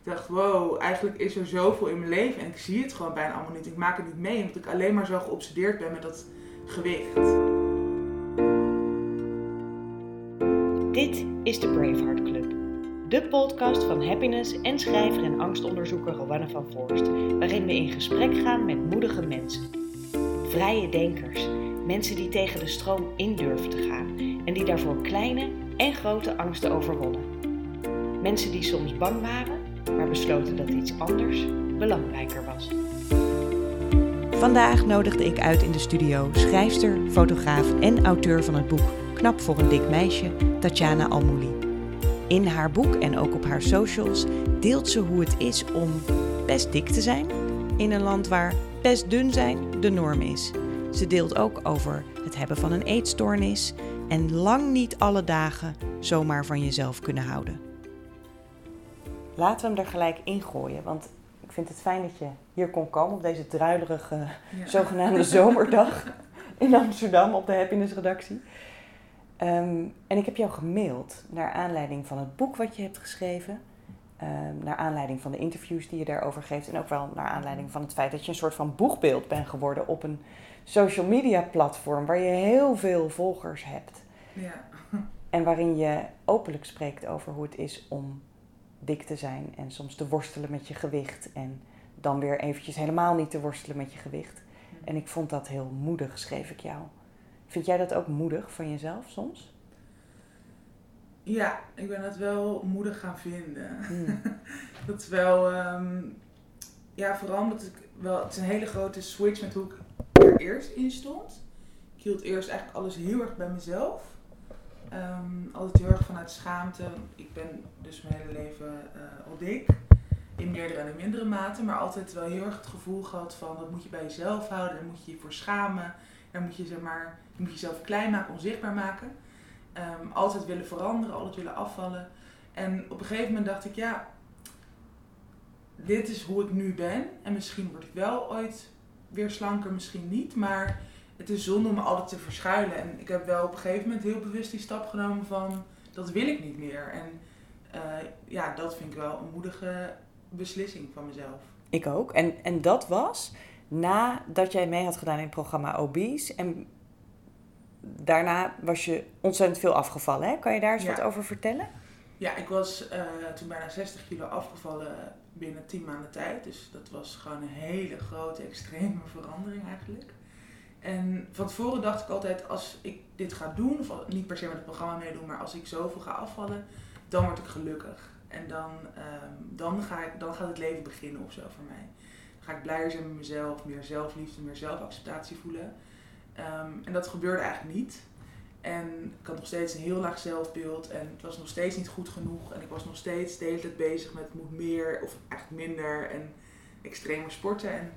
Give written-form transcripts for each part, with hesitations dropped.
dacht, wow, eigenlijk is er zoveel in mijn leven en ik zie het gewoon bijna allemaal niet. Ik maak het niet mee, omdat ik alleen maar zo geobsedeerd ben met dat gewicht. Dit is de Braveheart Club. De podcast van happiness en schrijver en angstonderzoeker Rowanne van Voorst. Waarin we in gesprek gaan met moedige mensen. Vrije denkers. Mensen die tegen de stroom in durven te gaan. En die daarvoor kleine en grote angsten overwonnen. Mensen die soms bang waren, maar besloten dat iets anders belangrijker was. Vandaag nodigde ik uit in de studio schrijfster, fotograaf en auteur van het boek Knap voor een dik meisje, Tatjana Almouli. In haar boek en ook op haar socials deelt ze hoe het is om best dik te zijn in een land waar best dun zijn de norm is. Ze deelt ook over het hebben van een eetstoornis en lang niet alle dagen zomaar van jezelf kunnen houden. Laten we hem er gelijk ingooien, want ik vind het fijn dat je hier kon komen op deze druilerige zogenaamde zomerdag in Amsterdam op de Happiness redactie. En ik heb jou gemaild naar aanleiding van het boek wat je hebt geschreven, naar aanleiding van de interviews die je daarover geeft en ook wel naar aanleiding van het feit dat je een soort van boegbeeld bent geworden op een social media platform waar je heel veel volgers hebt. Ja. En waarin je openlijk spreekt over hoe het is om dik te zijn en soms te worstelen met je gewicht en dan weer eventjes helemaal niet te worstelen met je gewicht. En ik vond dat heel moedig, schreef ik jou. Vind jij dat ook moedig van jezelf soms? Ja, ik ben dat wel moedig gaan vinden. Dat is wel, vooral omdat het is een hele grote switch met hoe ik er eerst in stond. Ik hield eerst eigenlijk alles heel erg bij mezelf. Altijd heel erg vanuit schaamte. Ik ben dus mijn hele leven al dik. In meerdere en in mindere mate. Maar altijd wel heel erg het gevoel gehad van dat moet je bij jezelf houden. Daar moet je je voor schamen. Daar moet je je moet jezelf klein maken, onzichtbaar maken. Altijd willen veranderen, altijd willen afvallen. En op een gegeven moment dacht ik, ja, dit is hoe ik nu ben. En misschien word ik wel ooit weer slanker, misschien niet. Maar het is zonde om me altijd te verschuilen. En ik heb wel op een gegeven moment heel bewust die stap genomen van, dat wil ik niet meer. En dat vind ik wel een moedige beslissing van mezelf. Ik ook. En dat was nadat jij mee had gedaan in het programma Obese. En daarna was je ontzettend veel afgevallen, hè? Kan je daar eens wat over vertellen? Ja, ik was toen bijna 60 kilo afgevallen binnen 10 maanden tijd. Dus dat was gewoon een hele grote, extreme verandering eigenlijk. En van tevoren dacht ik altijd, als ik dit ga doen, of niet per se met het programma meedoen, maar als ik zoveel ga afvallen, dan word ik gelukkig. En dan gaat het leven beginnen of zo voor mij. Dan ga ik blijer zijn met mezelf, meer zelfliefde, meer zelfacceptatie voelen. En dat gebeurde eigenlijk niet. En ik had nog steeds een heel laag zelfbeeld en het was nog steeds niet goed genoeg. En ik was nog steeds de hele tijd bezig met het moet meer of eigenlijk minder en extremer sporten. En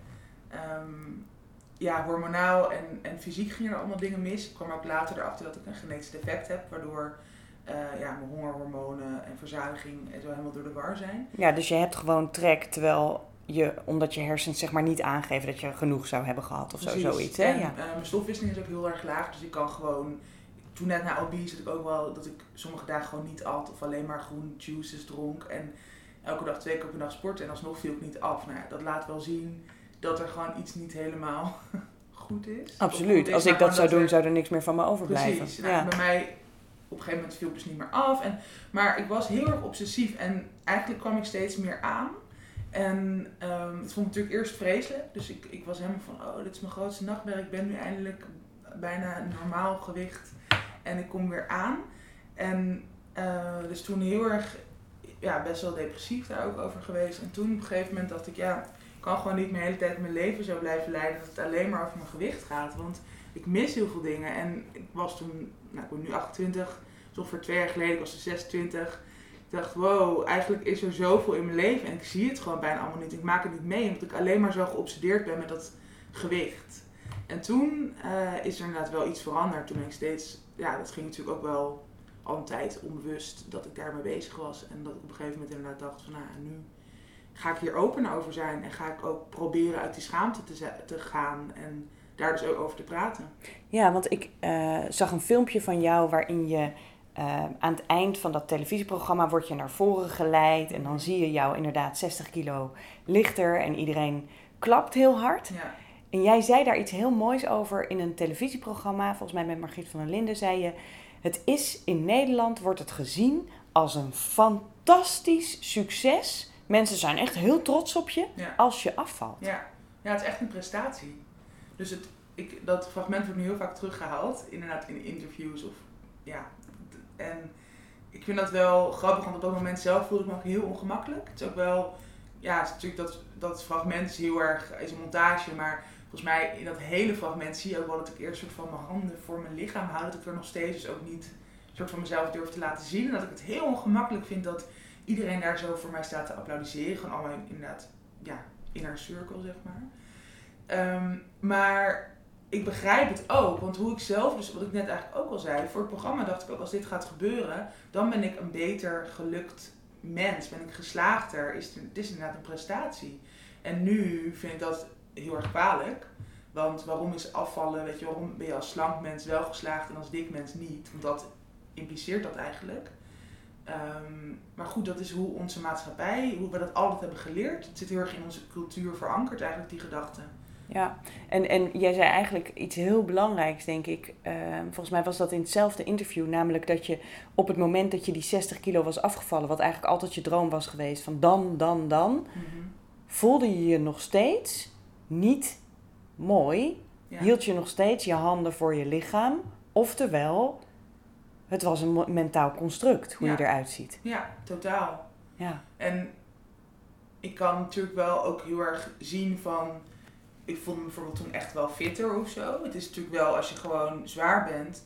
hormonaal en fysiek gingen er allemaal dingen mis. Ik kwam ook later erachter dat ik een genetisch defect heb, waardoor mijn hongerhormonen en verzadiging en zo helemaal door de war zijn. Ja, dus je hebt gewoon trek, terwijl omdat je hersens zeg maar niet aangeven dat je genoeg zou hebben gehad of zoiets. Hè? En mijn stofwisseling is ook heel erg laag, dus ik kan gewoon, toen net na obese had ik ook wel dat ik sommige dagen gewoon niet at of alleen maar groen juices dronk en elke dag 2 keer per dag sporten en alsnog viel ik niet af. Nou ja, dat laat wel zien dat er gewoon iets niet helemaal goed is. Absoluut, als ik dat zou doen zou er niks meer van me overblijven. Precies, bij mij op een gegeven moment viel ik dus niet meer af. Maar ik was heel erg obsessief en eigenlijk kwam ik steeds meer aan. En het vond ik natuurlijk eerst vreselijk. Dus ik was helemaal van, dit is mijn grootste nachtmerrie. Ik ben nu eindelijk bijna een normaal gewicht. En ik kom weer aan. En dus toen heel erg, best wel depressief daar ook over geweest. En toen op een gegeven moment dacht ik, ik kan gewoon niet mijn hele tijd mijn leven zo blijven leiden. Dat het alleen maar over mijn gewicht gaat. Want ik mis heel veel dingen. En ik was toen, ik ben nu 28. Dus ongeveer 2 jaar geleden, ik was dus 26. Ik dacht, wow, eigenlijk is er zoveel in mijn leven en ik zie het gewoon bijna allemaal niet. Ik maak het niet mee, omdat ik alleen maar zo geobsedeerd ben met dat gewicht. En toen is er inderdaad wel iets veranderd. Toen ben ik steeds, dat ging natuurlijk ook wel al een tijd onbewust dat ik daarmee bezig was. En dat ik op een gegeven moment inderdaad dacht van, nu ga ik hier open over zijn. En ga ik ook proberen uit die schaamte te gaan en daar dus ook over te praten. Ja, want ik zag een filmpje van jou waarin je aan het eind van dat televisieprogramma word je naar voren geleid. En dan zie je jou inderdaad 60 kilo lichter en iedereen klapt heel hard. Ja. En jij zei daar iets heel moois over in een televisieprogramma. Volgens mij met Margriet van der Linden zei je... Het is in Nederland, wordt het gezien als een fantastisch succes. Mensen zijn echt heel trots op je als je afvalt. Ja, het is echt een prestatie. Dus dat fragment wordt nu heel vaak teruggehaald. Inderdaad in interviews of... Ja, en ik vind dat wel grappig, want op dat moment zelf voelde ik me ook heel ongemakkelijk. Het is ook wel... Ja, het is natuurlijk dat fragment is heel erg... is een montage, maar... Volgens mij in dat hele fragment zie je ook wel dat ik eerst soort van mijn handen voor mijn lichaam hou. Dat ik er nog steeds dus ook niet soort van mezelf durf te laten zien. En dat ik het heel ongemakkelijk vind dat iedereen daar zo voor mij staat te applaudisseren. Gewoon allemaal inderdaad, inner circle zeg maar. Maar ik begrijp het ook. Want hoe ik zelf, dus wat ik net eigenlijk ook al zei. Voor het programma dacht ik ook, als dit gaat gebeuren, dan ben ik een beter gelukt mens. Ben ik geslaagder. Het is inderdaad een prestatie. En nu vind ik dat... heel erg kwalijk. Want waarom is afvallen, waarom ben je als slank mens wel geslaagd en als dik mens niet? Want dat impliceert dat eigenlijk. Maar goed, dat is hoe onze maatschappij, hoe we dat altijd hebben geleerd. Het zit heel erg in onze cultuur verankerd eigenlijk, die gedachte. Ja, en jij zei eigenlijk iets heel belangrijks, denk ik. Volgens mij was dat in hetzelfde interview. Namelijk dat je op het moment dat je die 60 kilo was afgevallen, wat eigenlijk altijd je droom was geweest, van dan, voelde je je nog steeds... niet mooi, hield je nog steeds je handen voor je lichaam. Oftewel, het was een mentaal construct, hoe je eruit ziet. Ja, totaal. Ja. En ik kan natuurlijk wel ook heel erg zien van... Ik voelde me bijvoorbeeld toen echt wel fitter of zo. Het is natuurlijk wel, als je gewoon zwaar bent...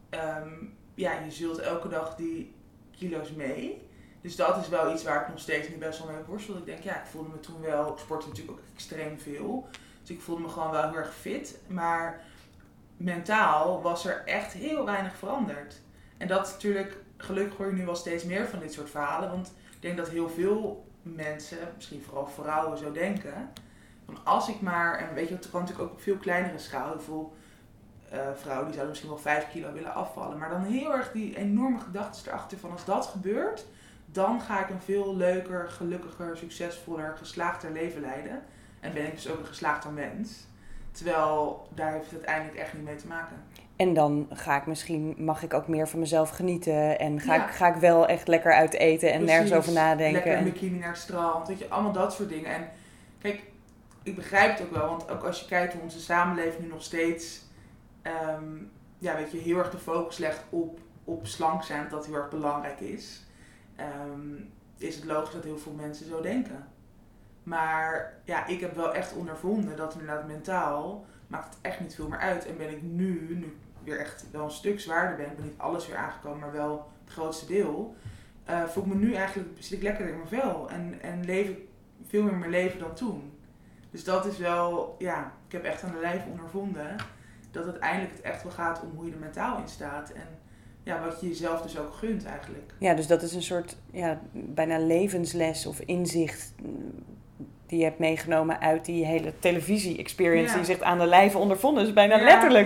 je zult elke dag die kilo's mee... Dus dat is wel iets waar ik nog steeds nu best wel mee worstel. Ik denk, ik voelde me toen wel... Ik sportte natuurlijk ook extreem veel. Dus ik voelde me gewoon wel heel erg fit. Maar mentaal was er echt heel weinig veranderd. En dat is natuurlijk... Gelukkig hoor je nu wel steeds meer van dit soort verhalen. Want ik denk dat heel veel mensen, misschien vooral vrouwen, zo denken. Van als ik maar... En weet je, het kan natuurlijk ook op veel kleinere schaal. Heel veel vrouwen die zouden misschien wel 5 kilo willen afvallen. Maar dan heel erg die enorme gedachten erachter van als dat gebeurt... Dan ga ik een veel leuker, gelukkiger, succesvoller, geslaagder leven leiden. En ben ik dus ook een geslaagder mens. Terwijl daar heeft het uiteindelijk echt niet mee te maken. En dan mag ik ook meer van mezelf genieten. En ga ik wel echt lekker uit eten en nergens over nadenken. Lekker een bikini naar het strand. Weet je, allemaal dat soort dingen. En kijk, ik begrijp het ook wel. Want ook als je kijkt hoe onze samenleving nu nog steeds... heel erg de focus legt op slank zijn. Dat heel erg belangrijk is. Is het logisch dat heel veel mensen zo denken. Maar ik heb wel echt ondervonden dat inderdaad mentaal maakt het echt niet veel meer uit. En ben ik nu weer echt wel een stuk zwaarder ben. Ik ben niet alles weer aangekomen, maar wel het grootste deel. Voel ik me nu eigenlijk, zit ik lekkerder in mijn vel. En leef ik veel meer mijn leven dan toen. Dus dat is wel, ik heb echt aan de lijf ondervonden dat uiteindelijk het echt wel gaat om hoe je er mentaal in staat. En wat je jezelf dus ook gunt eigenlijk. Ja, dus dat is een soort bijna levensles of inzicht die je hebt meegenomen uit die hele televisie-experience die je zegt aan de lijve ondervonden. Dus bijna letterlijk.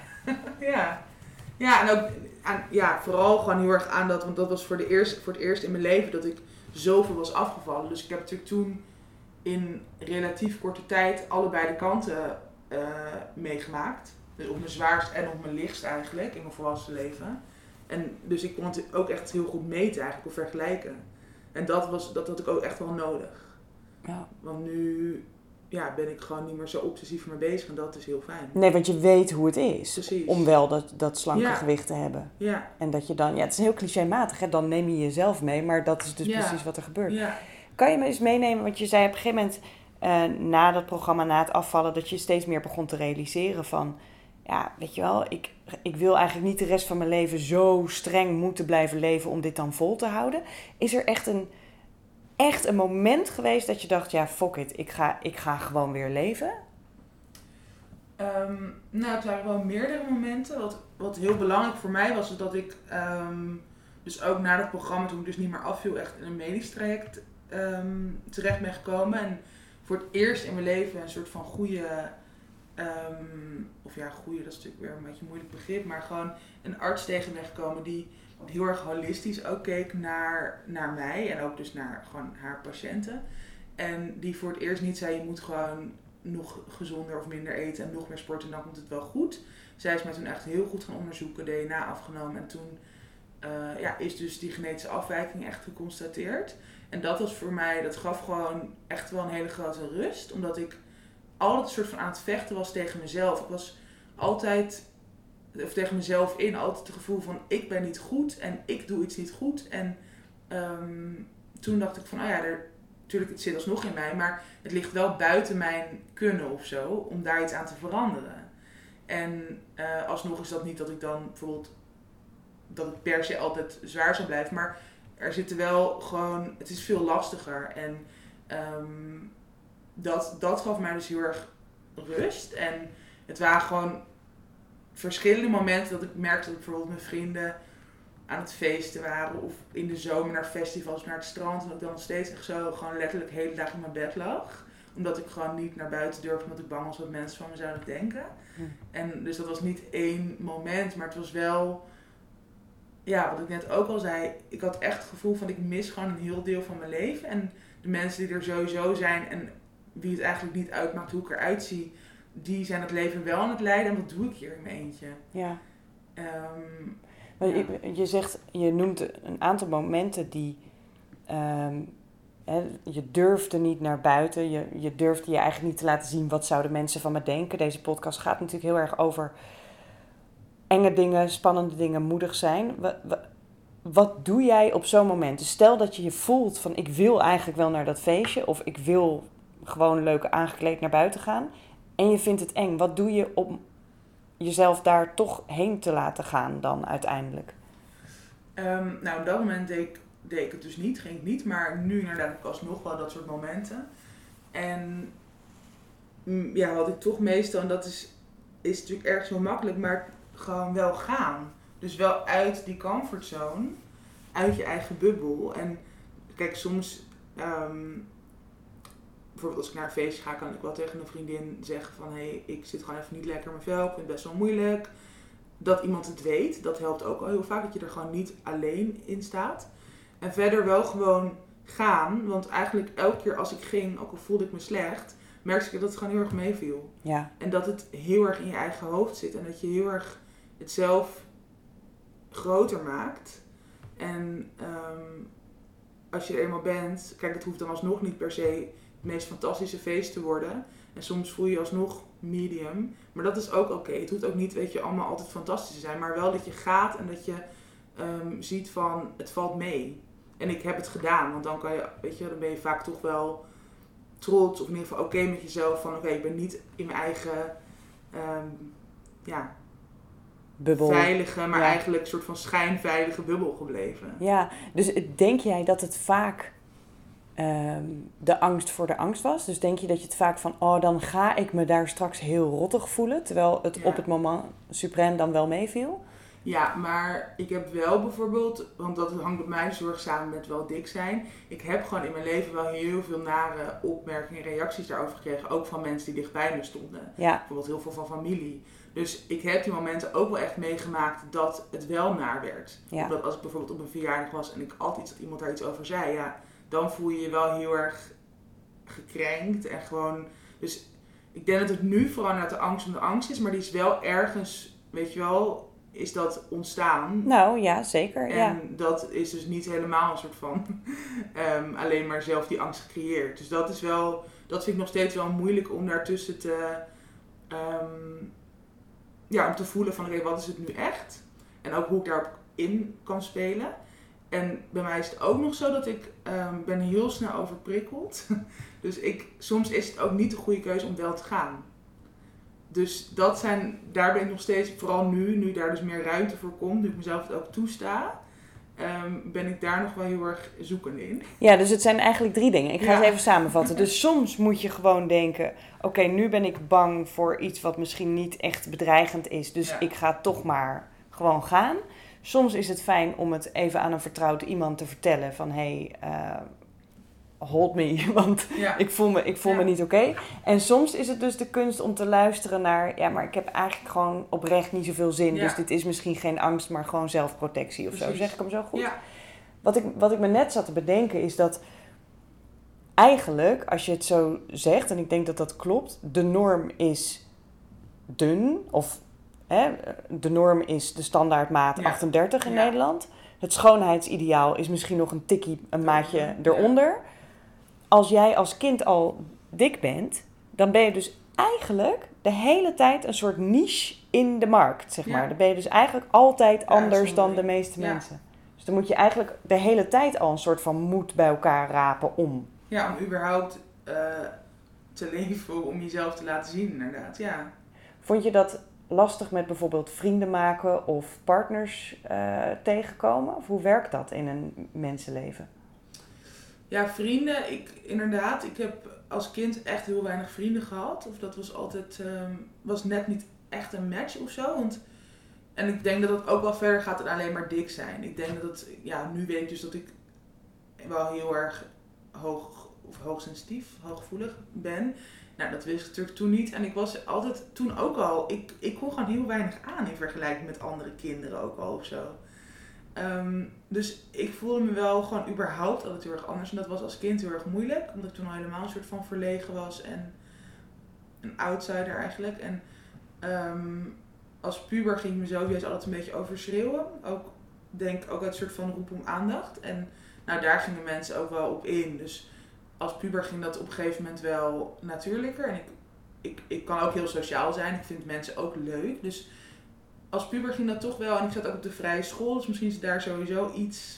Ja, en ook vooral gewoon heel erg aan dat, want dat was voor het eerst in mijn leven dat ik zoveel was afgevallen. Dus ik heb natuurlijk toen in relatief korte tijd allebei de kanten meegemaakt. Dus op mijn zwaarst en op mijn lichtst eigenlijk in mijn volwassen leven. En dus ik kon het ook echt heel goed meten eigenlijk, of vergelijken. En dat had ik ook echt wel nodig. Ja. Want nu ben ik gewoon niet meer zo obsessief mee bezig en dat is heel fijn. Nee, want je weet hoe het is. Precies. Om wel dat slanke gewicht te hebben. Ja. En dat je dan, het is heel clichématig, hè? Dan neem je jezelf mee, maar dat is dus precies wat er gebeurt. Ja. Kan je me eens meenemen, want je zei op een gegeven moment na dat programma, na het afvallen, dat je steeds meer begon te realiseren van... weet je wel, ik wil eigenlijk niet de rest van mijn leven zo streng moeten blijven leven om dit dan vol te houden. Is er echt een moment geweest dat je dacht, fuck it, ik ga gewoon weer leven? Het waren wel meerdere momenten. Wat heel belangrijk voor mij was, is dat ik dus ook na dat programma, toen ik dus niet meer afviel, echt in een medisch traject terecht ben gekomen. En voor het eerst in mijn leven een soort van goede... goede, dat is natuurlijk weer een beetje een moeilijk begrip, maar gewoon een arts tegen ben gekomen die heel erg holistisch ook keek naar mij en ook dus naar gewoon haar patiënten. En die voor het eerst niet zei, je moet gewoon nog gezonder of minder eten en nog meer sporten en dan komt het wel goed. Zij is mij toen echt heel goed gaan onderzoeken, DNA afgenomen en toen is dus die genetische afwijking echt geconstateerd. En dat was voor mij, dat gaf gewoon echt wel een hele grote rust, omdat ik altijd een soort van aan het vechten was tegen mezelf. Ik was altijd, of tegen mezelf altijd het gevoel van ik ben niet goed en ik doe iets niet goed. En toen dacht ik van, natuurlijk het zit alsnog in mij, maar het ligt wel buiten mijn kunnen of zo, om daar iets aan te veranderen. En alsnog is dat niet dat ik dan bijvoorbeeld, dat het per se altijd zwaar zou blijven, maar er zitten wel gewoon, het is veel lastiger. En dat gaf mij dus heel erg rust. En het waren gewoon verschillende momenten dat ik merkte dat bijvoorbeeld mijn vrienden aan het feesten waren of in de zomer naar festivals, naar het strand. En dat ik dan nog steeds echt zo gewoon letterlijk de hele dag in mijn bed lag. Omdat ik gewoon niet naar buiten durfde, omdat ik bang was wat mensen van me zouden denken. En dus dat was niet één moment, maar het was wel, wat ik net ook al zei, ik had echt het gevoel van ik mis gewoon een heel deel van mijn leven. En de mensen die er sowieso zijn en wie het eigenlijk niet uitmaakt hoe ik eruit zie, die zijn het leven wel aan het leiden. En wat doe ik hier in mijn eentje? Ja. Maar je zegt, je noemt een aantal momenten die, je durfde niet naar buiten. Je durfde je eigenlijk niet te laten zien wat zouden mensen van me denken. Deze podcast gaat natuurlijk heel erg over enge dingen, spannende dingen, moedig zijn. Wat doe jij op zo'n moment? Dus stel dat je voelt van ik wil eigenlijk wel naar dat feestje of ik wil gewoon leuk aangekleed naar buiten gaan en je vindt het eng. Wat doe je om jezelf daar toch heen te laten gaan dan uiteindelijk? Op dat moment deed ik het dus niet, ging ik niet, maar nu inderdaad heb ik alsnog wel dat soort momenten. En wat ik toch meestal, en dat is natuurlijk ergens wel makkelijk, maar gewoon wel gaan. Dus wel uit die comfortzone, uit je eigen bubbel. En kijk, soms, bijvoorbeeld als ik naar een feestje ga, kan ik wel tegen een vriendin zeggen van ik zit gewoon even niet lekker in mijn vel, ik vind het best wel moeilijk. Dat iemand het weet, dat helpt ook al heel vaak, dat je er gewoon niet alleen in staat. En verder wel gewoon gaan, want eigenlijk elke keer als ik ging, ook al voelde ik me slecht, merkte ik dat het gewoon heel erg meeviel. Ja. En dat het heel erg in je eigen hoofd zit en dat je heel erg het zelf groter maakt. En als je er eenmaal bent, kijk, het hoeft dan alsnog niet per se het meest fantastische feest te worden. En soms voel je alsnog medium. Maar dat is ook oké. Het hoeft ook niet, allemaal altijd fantastisch te zijn. Maar wel dat je gaat en dat je ziet van, het valt mee. En ik heb het gedaan. Want dan kan je, dan ben je vaak toch wel trots. Of in ieder geval oké met jezelf. Van oké, ik ben niet in mijn eigen bubbel. Veilige, maar eigenlijk een soort van schijnveilige bubbel gebleven. Ja, dus denk jij dat het vaak de angst voor de angst was? Dus denk je dat je het vaak van, dan ga ik me daar straks heel rottig voelen, terwijl het op het moment suprême dan wel meeviel? Ja, maar ik heb wel bijvoorbeeld, want dat hangt bij mij zorg samen met wel dik zijn. Ik heb gewoon in mijn leven wel heel veel nare opmerkingen en reacties daarover gekregen. Ook van mensen die dichtbij me stonden. Ja. Bijvoorbeeld heel veel van familie. Dus ik heb die momenten ook wel echt meegemaakt dat het wel naar werd. Ja. Omdat als ik bijvoorbeeld op een verjaardag was en ik had iets dat iemand daar iets over zei, dan voel je je wel heel erg gekrenkt en gewoon. Dus ik denk dat het nu vooral uit de angst om de angst is, maar die is wel ergens, is dat ontstaan. Nou ja, zeker. En dat is dus niet helemaal een soort van alleen maar zelf die angst gecreëerd. Dus dat is wel, dat vind ik nog steeds wel moeilijk om daartussen te om te voelen van wat is het nu echt? En ook hoe ik daarop in kan spelen. En bij mij is het ook nog zo dat ik ben heel snel overprikkeld. Dus soms is het ook niet de goede keuze om wel te gaan. Dus daar ben ik nog steeds, vooral nu daar dus meer ruimte voor komt, nu ik mezelf het ook toesta, ben ik daar nog wel heel erg zoekend in. Ja, dus het zijn eigenlijk 3 dingen. Ik ga het even samenvatten. Dus soms moet je gewoon denken, oké, nu ben ik bang voor iets wat misschien niet echt bedreigend is, dus ik ga toch maar gewoon gaan. Soms is het fijn om het even aan een vertrouwd iemand te vertellen van hold me, want ik voel me niet oké. En soms is het dus de kunst om te luisteren naar, ja, maar ik heb eigenlijk gewoon oprecht niet zoveel zin. Dus dit is misschien geen angst, maar gewoon zelfprotectie of zo. Zeg ik hem zo goed? Ja. Wat ik me net zat te bedenken is dat eigenlijk, als je het zo zegt, en ik denk dat dat klopt, de norm is dun, of de norm is de standaardmaat 38 in Nederland. Het schoonheidsideaal is misschien nog een maatje eronder. Ja. Als jij als kind al dik bent, dan ben je dus eigenlijk de hele tijd een soort niche in de markt, zeg maar. Dan ben je dus eigenlijk altijd anders dan de meeste mensen. Dus dan moet je eigenlijk de hele tijd al een soort van moed bij elkaar rapen om. Ja, om überhaupt te leven, om jezelf te laten zien, inderdaad, ja. Vond je dat lastig met bijvoorbeeld vrienden maken of partners tegenkomen? Of hoe werkt dat in een mensenleven? Ja, vrienden, ik heb als kind echt heel weinig vrienden gehad. Of dat was altijd, was net niet echt een match of zo. En ik denk dat het ook wel verder gaat dan alleen maar dik zijn. Ik denk dat nu weet ik dus dat ik wel heel erg hooggevoelig ben. Nou, dat wist ik natuurlijk toen niet. En ik was altijd toen ook al, ik kon gewoon heel weinig aan in vergelijking met andere kinderen ook al of zo. Dus ik voelde me wel gewoon überhaupt altijd heel erg anders. En dat was als kind heel erg moeilijk. Omdat ik toen al helemaal een soort van verlegen was. En een outsider eigenlijk. En als puber ging ik mezelf juist altijd een beetje overschreeuwen. Ook uit een soort van roep om aandacht. En nou, daar gingen mensen ook wel op in. Dus als puber ging dat op een gegeven moment wel natuurlijker. En ik kan ook heel sociaal zijn. Ik vind mensen ook leuk. Dus als puber ging dat toch wel. En ik zat ook op de vrije school. Dus misschien is het daar sowieso iets,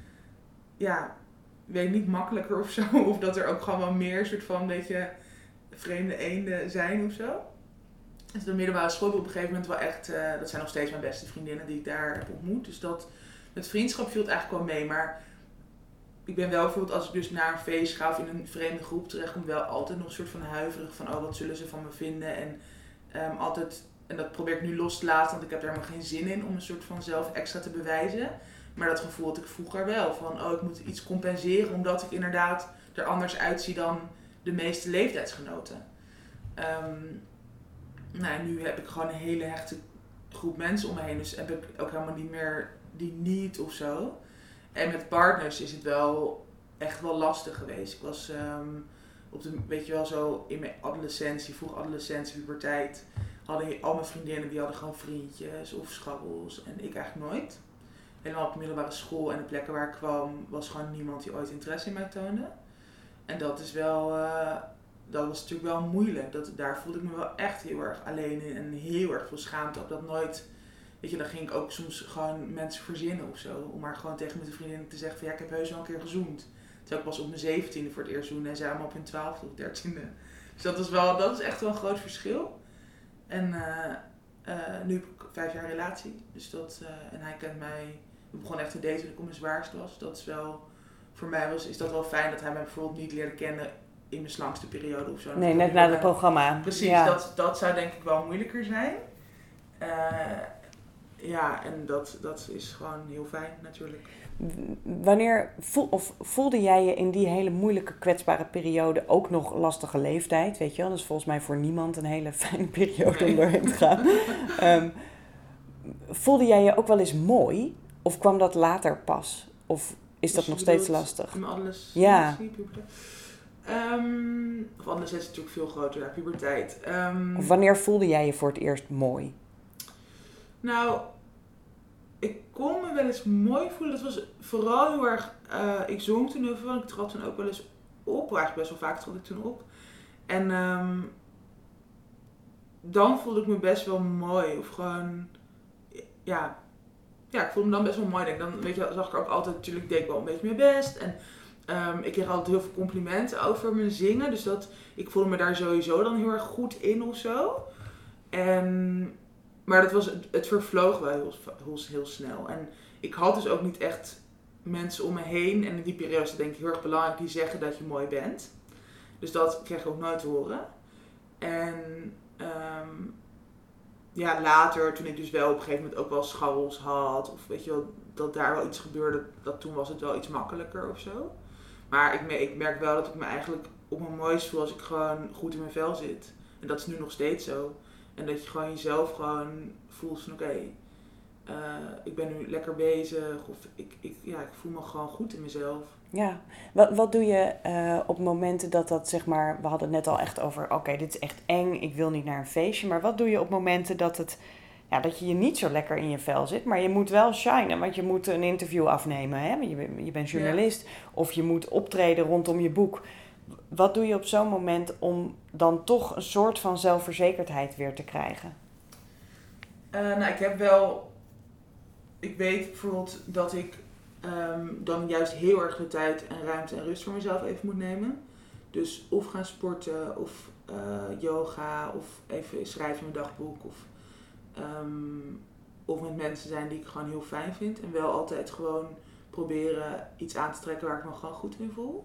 weet niet, makkelijker of zo. Of dat er ook gewoon wel meer soort van een beetje vreemde eenden zijn of zo. Dus de middelbare school op een gegeven moment wel echt, dat zijn nog steeds mijn beste vriendinnen die ik daar heb ontmoet. Dus dat met vriendschap viel het eigenlijk wel mee. Maar ik ben wel bijvoorbeeld, als ik dus naar een feest ga of in een vreemde groep terechtkom, wel altijd nog een soort van huiverig van, wat zullen ze van me vinden? En en dat probeer ik nu los te laten, want ik heb daar helemaal geen zin in om een soort van zelf extra te bewijzen. Maar dat gevoel had ik vroeger wel, van ik moet iets compenseren omdat ik inderdaad er anders uitzie dan de meeste leeftijdsgenoten. Nu heb ik gewoon een hele hechte groep mensen om me heen, dus heb ik ook helemaal niet meer die need of zo. En met partners is het wel echt wel lastig geweest. Ik was in mijn vroeg adolescentie, puberteit, hadden al mijn vriendinnen die hadden gewoon vriendjes of scharrels en ik eigenlijk nooit. Helemaal op de middelbare school en de plekken waar ik kwam was gewoon niemand die ooit interesse in mij toonde. En dat is wel, dat was natuurlijk wel moeilijk. Daar voelde ik me wel echt heel erg alleen in en heel erg veel schaamte op dat nooit. Weet je, dan ging ik ook soms gewoon mensen verzinnen of zo. Om maar gewoon tegen mijn vriendin te zeggen van ik heb heus wel een keer gezoend. Terwijl ik pas op mijn 17e voor het eerst zoende en zij allemaal op hun 12e of 13e. Dus dat is echt wel een groot verschil. En nu heb ik 5 jaar relatie. Dus en hij kent mij. We begonnen echt te daten toen ik op mijn zwaarste was. Dat is wel, voor mij is dat wel fijn dat hij mij bijvoorbeeld niet leerde kennen in mijn slangste periode of zo. Nee, net na het programma. Precies, dat zou denk ik wel moeilijker zijn. En dat is gewoon heel fijn natuurlijk. Wanneer voelde jij je in die hele moeilijke, kwetsbare periode ook nog lastige leeftijd? Weet je wel, dat is volgens mij voor niemand een hele fijne periode om doorheen te gaan. Voelde jij je ook wel eens mooi? Of kwam dat later pas? Of is dat nog steeds lastig? Ja. Of anders is het natuurlijk veel groter, puberteit. Of wanneer voelde jij je voor het eerst mooi? Nou, ik kon me wel eens mooi voelen. Dat was vooral heel erg, ik zong toen heel veel. Ik trad toen ook wel eens op. Eigenlijk best wel vaak trad ik toen op. En dan voelde ik me best wel mooi. Of gewoon, ik voelde me dan best wel mooi. Dan zag ik er ook altijd, natuurlijk deed ik wel een beetje mijn best. En ik kreeg altijd heel veel complimenten over mijn zingen. Dus ik voelde me daar sowieso dan heel erg goed in of zo. Maar het vervloog wel heel snel. En ik had dus ook niet echt mensen om me heen. En in die periode is het denk ik heel erg belangrijk die zeggen dat je mooi bent. Dus dat kreeg ik ook nooit te horen. En later, toen ik dus wel op een gegeven moment ook wel scharrels had. Of weet je wel, dat daar wel iets gebeurde. Toen was het wel iets makkelijker of zo. Maar ik merk wel dat ik me eigenlijk op mijn mooist voel als ik gewoon goed in mijn vel zit. En dat is nu nog steeds zo. En dat je gewoon jezelf gewoon voelt van oké, ik ben nu lekker bezig. Of ik voel me gewoon goed in mezelf. Ja, wat doe je op momenten dat zeg maar... We hadden het net al echt over, oké, dit is echt eng, ik wil niet naar een feestje. Maar wat doe je op momenten dat je niet zo lekker in je vel zit, maar je moet wel shinen, want je moet een interview afnemen, hè? Je bent journalist, ja. Of je moet optreden rondom je boek. Wat doe je op zo'n moment om dan toch een soort van zelfverzekerdheid weer te krijgen? Ik weet bijvoorbeeld dat ik dan juist heel erg de tijd en ruimte en rust voor mezelf even moet nemen. Dus of gaan sporten, of yoga, of even schrijven in mijn dagboek, of met mensen zijn die ik gewoon heel fijn vind. En wel altijd gewoon proberen iets aan te trekken waar ik me gewoon goed in voel.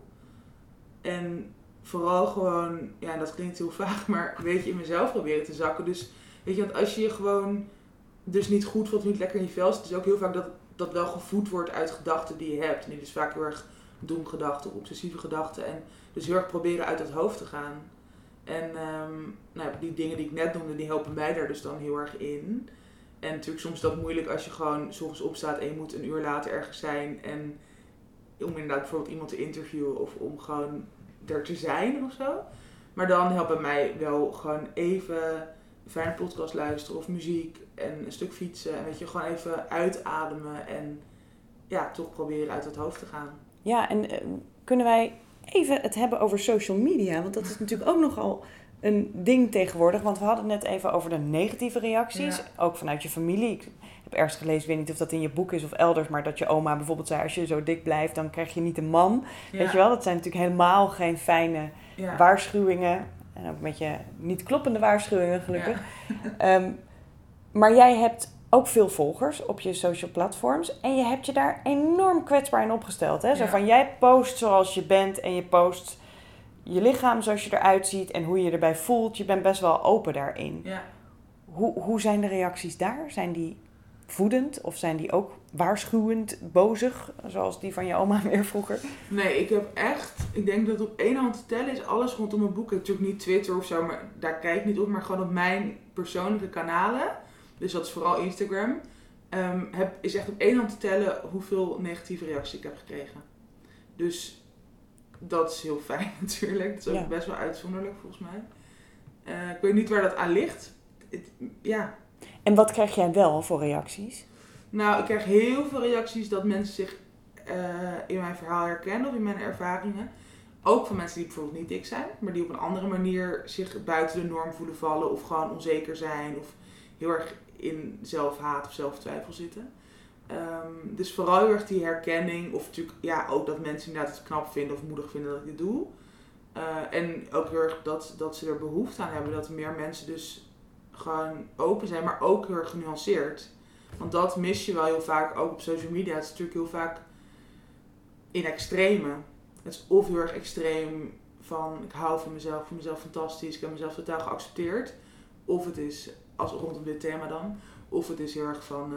En vooral gewoon, ja, dat klinkt heel vaag, maar een beetje in mezelf proberen te zakken. Dus weet je, want als je je gewoon dus niet goed voelt, niet lekker in je vel zit, is ook heel vaak dat wel gevoed wordt uit gedachten die je hebt. En die dus vaak heel erg doemgedachten of obsessieve gedachten. En dus heel erg proberen uit dat hoofd te gaan. En die dingen die ik net noemde, die helpen mij daar dus dan heel erg in. En natuurlijk soms is dat moeilijk als je gewoon 's ochtends opstaat en je moet een uur later ergens zijn. En om inderdaad bijvoorbeeld iemand te interviewen of om gewoon er te zijn of zo. Maar dan helpt bij mij wel gewoon even een fijne podcast luisteren of muziek en een stuk fietsen. En weet je, gewoon even uitademen en ja, toch proberen uit het hoofd te gaan. Ja, en kunnen wij even het hebben over social media? Want dat is natuurlijk ook nogal een ding tegenwoordig. Want we hadden het net even over de negatieve reacties. Ja. Ook vanuit je familie. Ik heb ergens gelezen, ik weet niet of dat in je boek is of elders, maar dat je oma bijvoorbeeld zei, als je zo dik blijft, dan krijg je niet een man. Ja. Weet je wel, dat zijn natuurlijk helemaal geen fijne waarschuwingen. En ook een beetje niet kloppende waarschuwingen, gelukkig. Ja. Maar jij hebt ook veel volgers op je social platforms. En je hebt je daar enorm kwetsbaar in opgesteld. Hè? Ja. Zo van, jij post zoals je bent en je post je lichaam zoals je eruit ziet en hoe je je erbij voelt. Je bent best wel open daarin. Ja. Hoe zijn de reacties daar? Zijn die voedend of zijn die ook waarschuwend, bozig, zoals die van je oma weer vroeger? Nee, ik denk dat op één hand te tellen is alles rondom mijn boek. Ik heb natuurlijk niet Twitter of zo, maar daar kijk ik niet op, maar gewoon op mijn persoonlijke kanalen. Dus dat is vooral Instagram. Is echt op één hand te tellen hoeveel negatieve reacties ik heb gekregen. Dus dat is heel fijn natuurlijk. Dat is ook best wel uitzonderlijk volgens mij. Ik weet niet waar dat aan ligt. En wat krijg jij wel voor reacties? Nou, ik krijg heel veel reacties dat mensen zich in mijn verhaal herkennen of in mijn ervaringen. Ook van mensen die bijvoorbeeld niet dik zijn, maar die op een andere manier zich buiten de norm voelen vallen of gewoon onzeker zijn of heel erg in zelfhaat of zelftwijfel zitten. Dus vooral heel erg die herkenning of natuurlijk ook dat mensen inderdaad het knap vinden of moedig vinden dat ik dit doe. En ook heel erg dat ze er behoefte aan hebben, dat meer mensen dus gewoon open zijn, maar ook heel erg genuanceerd. Want dat mis je wel heel vaak, ook op social media. Het is natuurlijk heel vaak in extreme. Het is of heel erg extreem van ik hou van mezelf, ik vind mezelf fantastisch, ik heb mezelf totaal geaccepteerd. Of het is, als rondom dit thema dan, of het is heel erg van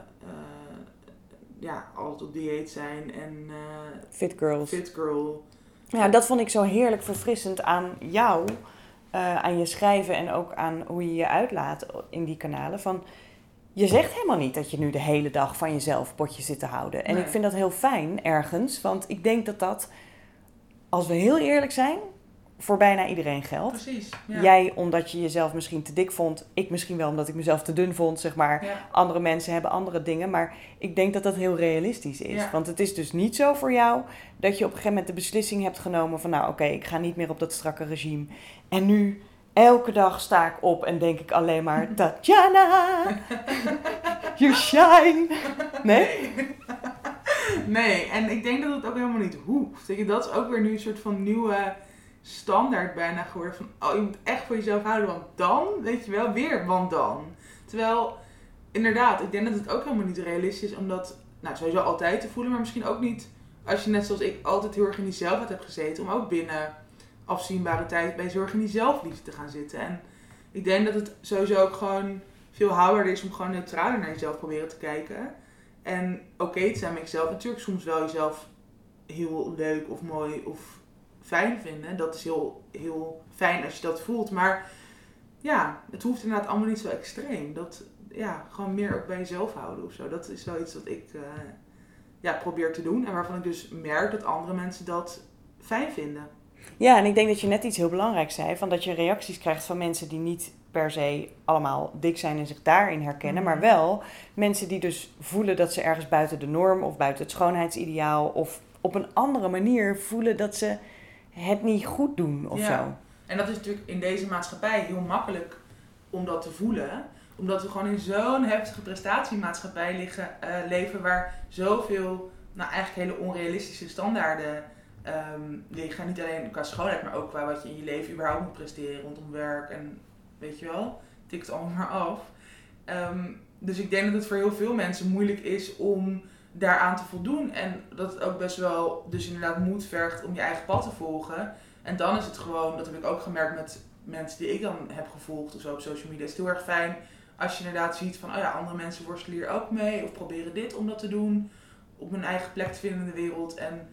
altijd op dieet zijn en fit girl. Ja, dat vond ik zo heerlijk verfrissend aan jou, aan je schrijven en ook aan hoe je je uitlaat in die kanalen. Van, je zegt helemaal niet dat je nu de hele dag van jezelf potje zit te houden. En ik vind dat heel fijn ergens, want ik denk dat, als we heel eerlijk zijn, voor bijna iedereen geldt. Precies. Ja. Jij omdat je jezelf misschien te dik vond, ik misschien wel omdat ik mezelf te dun vond, zeg maar. Ja. Andere mensen hebben andere dingen, maar ik denk dat dat heel realistisch is. Ja. Want het is dus niet zo voor jou dat je op een gegeven moment de beslissing hebt genomen van ik ga niet meer op dat strakke regime. En nu elke dag sta ik op en denk ik alleen maar, Tatjana, you shine. Nee? Nee, en ik denk dat het ook helemaal niet hoeft. Dat is ook weer nu een soort van nieuwe standaard bijna geworden van, je moet echt voor jezelf houden, want dan, weet je wel, want dan. Terwijl, inderdaad, ik denk dat het ook helemaal niet realistisch is om dat, sowieso altijd te voelen, maar misschien ook niet, als je net zoals ik altijd heel erg in die zelfheid hebt gezeten, om ook binnen afzienbare tijd bij zorg in die zelfliefde te gaan zitten. En ik denk dat het sowieso ook gewoon veel houder is om gewoon neutraler naar jezelf proberen te kijken. En oké te zijn met jezelf. Natuurlijk soms wel jezelf heel leuk of mooi of fijn vinden. Dat is heel, heel fijn als je dat voelt. Maar ja, het hoeft inderdaad allemaal niet zo extreem. Gewoon meer ook bij jezelf houden of zo. Dat is wel iets wat ik probeer te doen. En waarvan ik dus merk dat andere mensen dat fijn vinden. Ja, en ik denk dat je net iets heel belangrijks zei. Van dat je reacties krijgt van mensen die niet per se allemaal dik zijn en zich daarin herkennen. Maar wel mensen die dus voelen dat ze ergens buiten de norm of buiten het schoonheidsideaal of op een andere manier voelen dat ze het niet goed doen of zo. En dat is natuurlijk in deze maatschappij heel makkelijk om dat te voelen. Omdat we gewoon in zo'n heftige prestatiemaatschappij leven waar zoveel, eigenlijk hele onrealistische standaarden liggen. Niet alleen qua schoonheid, maar ook qua wat je in je leven überhaupt moet presteren rondom werk en weet je wel, tikt allemaal maar af. Dus ik denk dat het voor heel veel mensen moeilijk is om daaraan te voldoen. En dat het ook best wel dus inderdaad moed vergt om je eigen pad te volgen. En dan is het gewoon, dat heb ik ook gemerkt met mensen die ik dan heb gevolgd of zo op social media. Het is heel erg fijn als je inderdaad ziet van, andere mensen worstelen hier ook mee. Of proberen dit om dat te doen. Op hun eigen plek te vinden in de wereld. En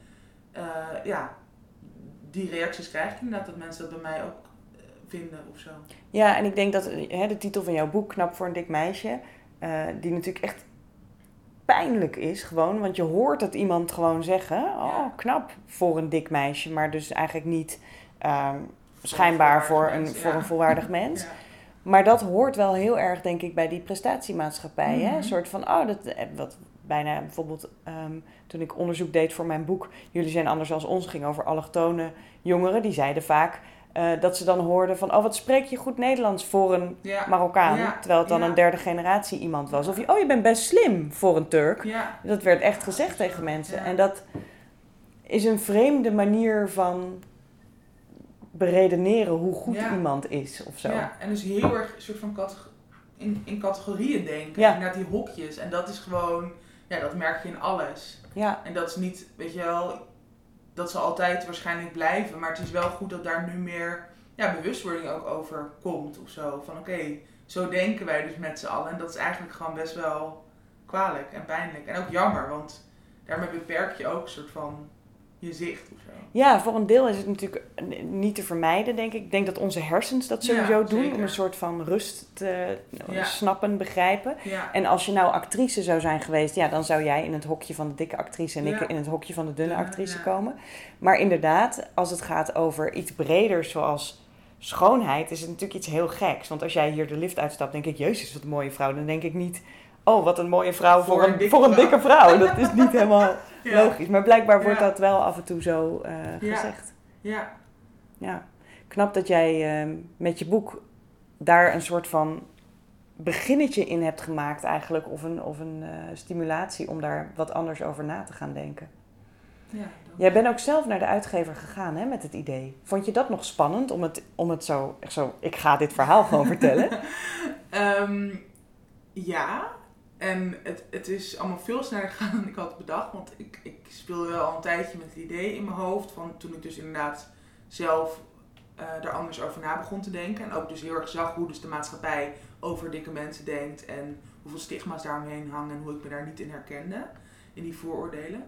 die reacties krijg ik inderdaad, dat mensen dat bij mij ook vinden of zo. Ja, en ik denk dat de titel van jouw boek, Knap voor een dik meisje, die natuurlijk echt pijnlijk is gewoon. Want je hoort het iemand gewoon zeggen, knap voor een dik meisje, maar dus eigenlijk niet schijnbaar voor een volwaardig mens. Ja. Maar dat hoort wel heel erg, denk ik, bij die prestatiemaatschappij. Hè? Een soort van, wat bijna bijvoorbeeld toen ik onderzoek deed voor mijn boek, Jullie zijn anders als ons, ging over allochtone jongeren. Die zeiden vaak dat ze dan hoorden van, wat spreek je goed Nederlands voor een Marokkaan. Ja. Terwijl het dan een derde generatie iemand was. Of je bent best slim voor een Turk. Ja. Dat werd echt gezegd tegen mensen. Ja. En dat is een vreemde manier van beredeneren hoe goed iemand is of zo. Ja, en dus heel erg een soort van in categorieën denken. Ja. Inderdaad die hokjes. En dat is gewoon, dat merk je in alles. Ja. En dat is niet, weet je wel, dat zal altijd waarschijnlijk blijven. Maar het is wel goed dat daar nu meer bewustwording ook over komt of zo. Van oké, zo denken wij dus met z'n allen. En dat is eigenlijk gewoon best wel kwalijk en pijnlijk. En ook jammer, want daarmee beperk je ook een soort van je zicht of zo. Ja, voor een deel is het natuurlijk niet te vermijden, denk ik. Ik denk dat onze hersens dat sowieso doen. Zeker. Om een soort van rust te snappen, begrijpen. Ja. En als je nou actrice zou zijn geweest, dan zou jij in het hokje van de dikke actrice en ik in het hokje van de dunne actrice komen. Maar inderdaad, als het gaat over iets breders zoals schoonheid, is het natuurlijk iets heel geks. Want als jij hier de lift uitstapt, denk ik, jezus, wat een mooie vrouw. Dan denk ik niet, wat een mooie vrouw voor een dikke vrouw. Dat is niet helemaal logisch. Maar blijkbaar wordt dat wel af en toe zo gezegd. Ja. Knap dat jij met je boek daar een soort van beginnetje in hebt gemaakt eigenlijk. Of een stimulatie om daar wat anders over na te gaan denken. Ja, jij bent ook zelf naar de uitgever gegaan, hè, met het idee. Vond je dat nog spannend om het zo, echt zo, ik ga dit verhaal gewoon vertellen? Ja. En het is allemaal veel sneller gegaan dan ik had bedacht. Want ik speelde wel al een tijdje met het idee in mijn hoofd. Van toen ik dus inderdaad zelf er anders over na begon te denken. En ook dus heel erg zag hoe dus de maatschappij over dikke mensen denkt. En hoeveel stigma's daaromheen hangen. En hoe ik me daar niet in herkende. In die vooroordelen.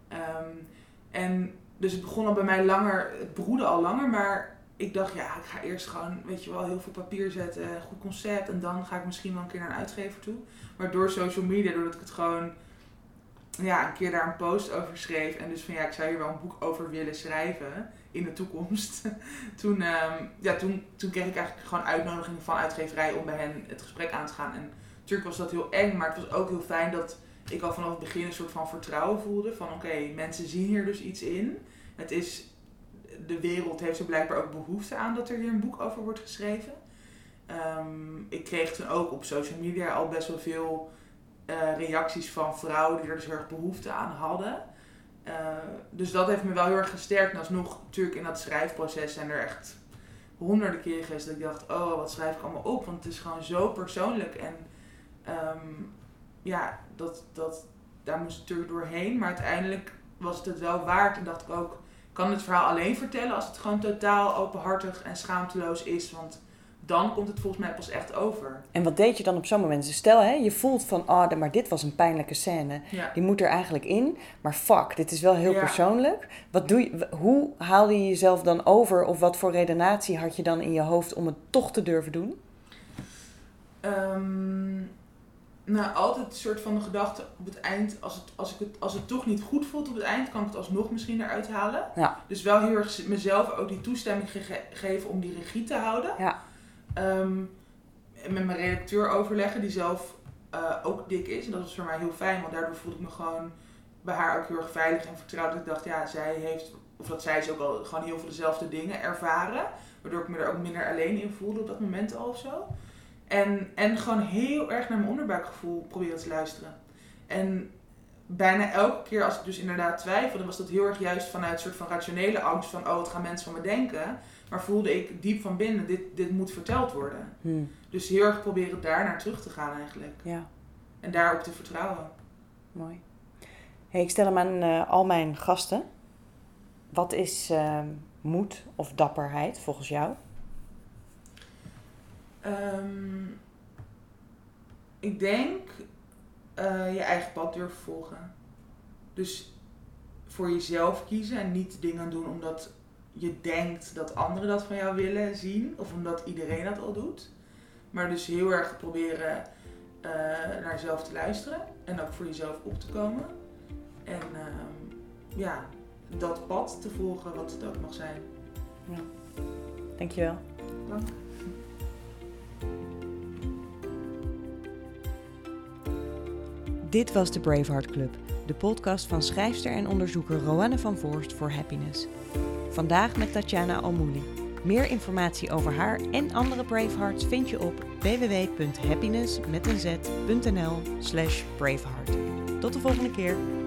En dus het begon al bij mij langer. Het broedde al langer. Maar ik dacht, ik ga eerst gewoon, weet je wel, heel veel papier zetten. Een goed concept. En dan ga ik misschien wel een keer naar een uitgever toe. Maar door social media, doordat ik het gewoon een keer daar een post over schreef. En dus van ik zou hier wel een boek over willen schrijven in de toekomst. Toen kreeg ik eigenlijk gewoon uitnodigingen van uitgeverij om bij hen het gesprek aan te gaan. En natuurlijk was dat heel eng, maar het was ook heel fijn dat ik al vanaf het begin een soort van vertrouwen voelde. Van oké, mensen zien hier dus iets in. De wereld heeft er blijkbaar ook behoefte aan dat er hier een boek over wordt geschreven. Ik kreeg toen ook op social media al best wel veel reacties van vrouwen die er dus heel erg behoefte aan hadden. Dus dat heeft me wel heel erg gesterkt. En alsnog natuurlijk in dat schrijfproces zijn er echt honderden keren geweest dat ik dacht, wat schrijf ik allemaal op? Want het is gewoon zo persoonlijk. En daar moest ik natuurlijk doorheen. Maar uiteindelijk was het wel waard. En dacht ik ook, ik kan het verhaal alleen vertellen als het gewoon totaal openhartig en schaamteloos is. Want dan komt het volgens mij pas echt over. En wat deed je dan op zo'n moment? Dus stel, je voelt van, maar dit was een pijnlijke scène. Ja. Die moet er eigenlijk in. Maar fuck, dit is wel heel persoonlijk. Wat doe je? Hoe haalde je jezelf dan over? Of wat voor redenatie had je dan in je hoofd om het toch te durven doen? Altijd een soort van de gedachte op het eind, als het toch niet goed voelt op het eind, kan ik het alsnog misschien eruit halen. Ja. Dus wel heel erg mezelf ook die toestemming geven om die regie te houden. Ja. Met mijn redacteur overleggen, die zelf ook dik is. En dat was voor mij heel fijn, want daardoor voelde ik me gewoon bij haar ook heel erg veilig en vertrouwd. Dat ik dacht, ja, zij is ook al gewoon heel veel dezelfde dingen ervaren. Waardoor ik me er ook minder alleen in voelde op dat moment al of zo. En gewoon heel erg naar mijn onderbuikgevoel proberen te luisteren. En bijna elke keer als ik dus inderdaad twijfelde, was dat heel erg juist vanuit een soort van rationele angst van, wat gaan mensen van me denken? Maar voelde ik diep van binnen, dit moet verteld worden. Dus heel erg proberen daar naar terug te gaan eigenlijk. Ja. En daarop te vertrouwen. Mooi. Hey, ik stel hem aan al mijn gasten. Wat is moed of dapperheid volgens jou? Ik denk je eigen pad durven volgen. Dus voor jezelf kiezen en niet dingen doen omdat je denkt dat anderen dat van jou willen zien. Of omdat iedereen dat al doet. Maar dus heel erg proberen naar jezelf te luisteren. En ook voor jezelf op te komen. En dat pad te volgen wat het ook mag zijn. Ja. Dankjewel. Dank. Dit was de Braveheart Club, de podcast van schrijfster en onderzoeker Roanne van Voorst voor Happiness. Vandaag met Tatjana Almouli. Meer informatie over haar en andere Bravehearts vind je op www.happiness.nl/Braveheart. Tot de volgende keer.